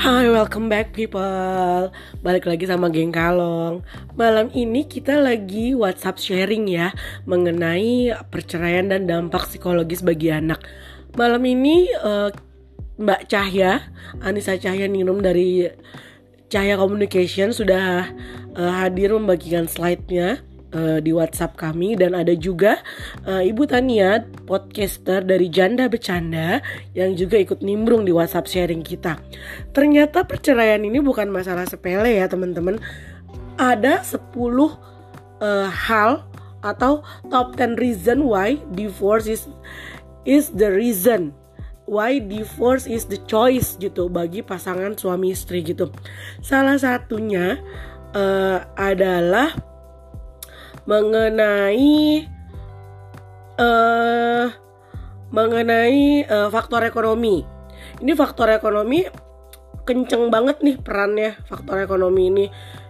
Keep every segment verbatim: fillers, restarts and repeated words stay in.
Hai, welcome back people. Balik lagi sama geng Kalong. Malam ini kita lagi WhatsApp sharing ya, mengenai perceraian dan dampak psikologis bagi anak. Malam ini uh, Mbak Cahya, Anissa Cahya Ningrum dari Cahya Communication sudah uh, hadir membagikan slide-nya uh, di WhatsApp kami. Dan ada juga uh, Ibu Tania, podcaster dari Janda Bercanda, yang juga ikut nimbrung di WhatsApp sharing kita. Ternyata perceraian ini bukan masalah sepele ya teman-teman. Ada sepuluh uh, hal atau top ten reason why divorce is is the reason why divorce is the choice gitu bagi pasangan suami istri gitu. Salah satunya uh, adalah mengenai uh, mengenai uh, faktor ekonomi. Ini faktor ekonomi kenceng banget nih perannya, faktor ekonomi ini.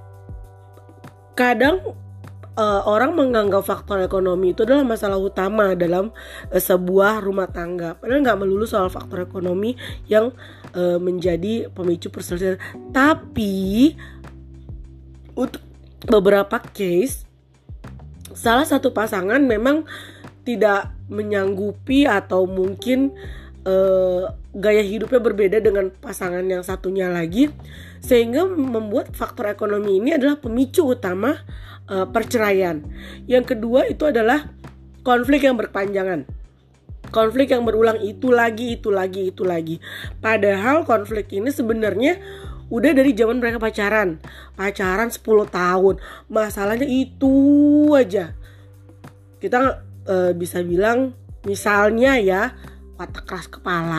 Kadang uh, orang menganggap faktor ekonomi itu adalah masalah utama dalam uh, sebuah rumah tangga. Padahal nggak melulu soal faktor ekonomi yang uh, menjadi pemicu perselisihan. Tapi untuk beberapa case, salah satu pasangan memang tidak menyanggupi atau mungkin uh, gaya hidupnya berbeda dengan pasangan yang satunya lagi, sehingga membuat faktor ekonomi ini adalah pemicu utama uh, perceraian. Yang kedua itu adalah konflik yang berkepanjangan. Konflik yang berulang itu lagi, itu lagi, itu lagi. Padahal konflik ini sebenarnya udah dari zaman mereka pacaran. Pacaran sepuluh tahun. Masalahnya itu aja. Kita uh, bisa bilang misalnya ya, watak keras kepala,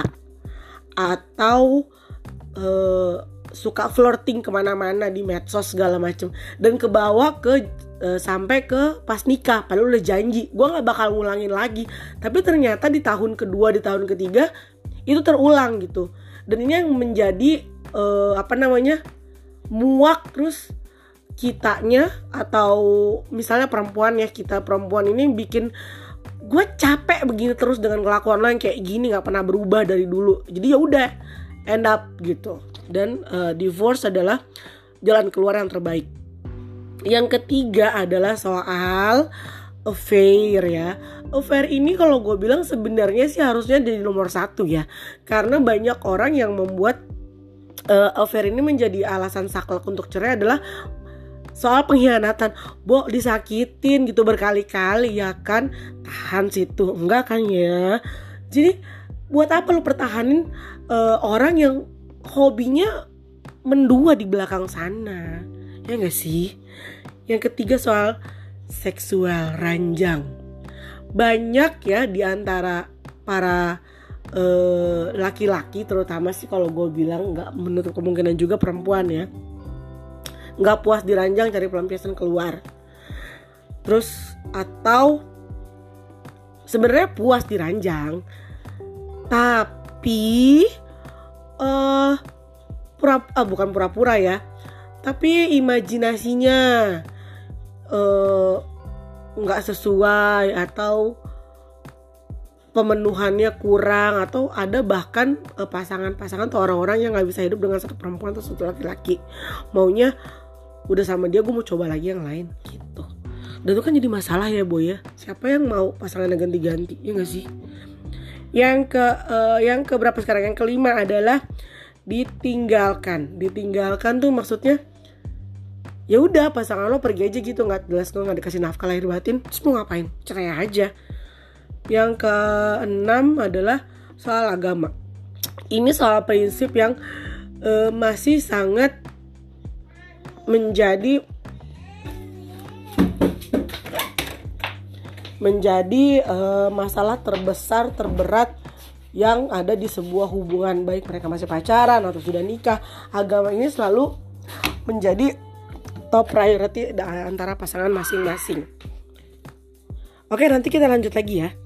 atau uh, suka flirting kemana-mana di medsos segala macem, dan kebawa ke uh, sampai ke pas nikah. Padahal udah janji, gue nggak bakal ngulangin lagi. Tapi ternyata di tahun kedua, di tahun ketiga itu terulang gitu. Dan ini yang menjadi uh, apa namanya muak. Terus kitanya, atau misalnya perempuan ya, kita perempuan ini bikin gue capek begini terus dengan kelakuan lo yang kayak gini, nggak pernah berubah dari dulu. Jadi ya udah end up gitu. Dan uh, divorce adalah jalan keluar yang terbaik. Yang ketiga adalah soal affair ya. Affair ini kalau gue bilang sebenarnya sih harusnya jadi nomor satu ya, karena banyak orang yang membuat uh, affair ini menjadi alasan saklek untuk cerai adalah soal pengkhianatan. Bo, disakitin gitu berkali-kali ya kan, tahan situ, enggak kan ya. Jadi buat apa lu pertahanin uh, orang yang hobinya mendua di belakang sana, ya gak sih? Yang ketiga soal seksual ranjang. Banyak ya di antara para uh, laki-laki, terutama sih kalau gue bilang, gak menutup kemungkinan juga perempuan ya, gak puas diranjang, cari pelampiasan keluar. Terus atau sebenarnya puas diranjang tapi uh, pura, uh, bukan pura-pura ya, tapi imajinasinya uh, gak sesuai, atau pemenuhannya kurang, atau ada bahkan uh, pasangan-pasangan atau orang-orang yang gak bisa hidup dengan satu perempuan atau satu laki-laki. Maunya udah sama dia, gue mau coba lagi yang lain gitu. Dan itu kan jadi masalah ya boy ya. Siapa yang mau pasangannya ganti-ganti, ya gak sih? Yang ke uh, yang ke berapa sekarang? Yang kelima adalah ditinggalkan. Ditinggalkan tuh maksudnya ya udah pasangan lo pergi aja gitu, nggak jelas, lo nggak dikasih nafkah lahir batin, terus mau ngapain? Cerai aja. Yang keenam adalah soal agama. Ini soal prinsip yang uh, masih sangat menjadi menjadi uh, masalah terbesar, terberat yang ada di sebuah hubungan, baik mereka masih pacaran atau sudah nikah. Agama ini selalu menjadi top priority antara pasangan masing-masing. Oke, nanti kita lanjut lagi ya.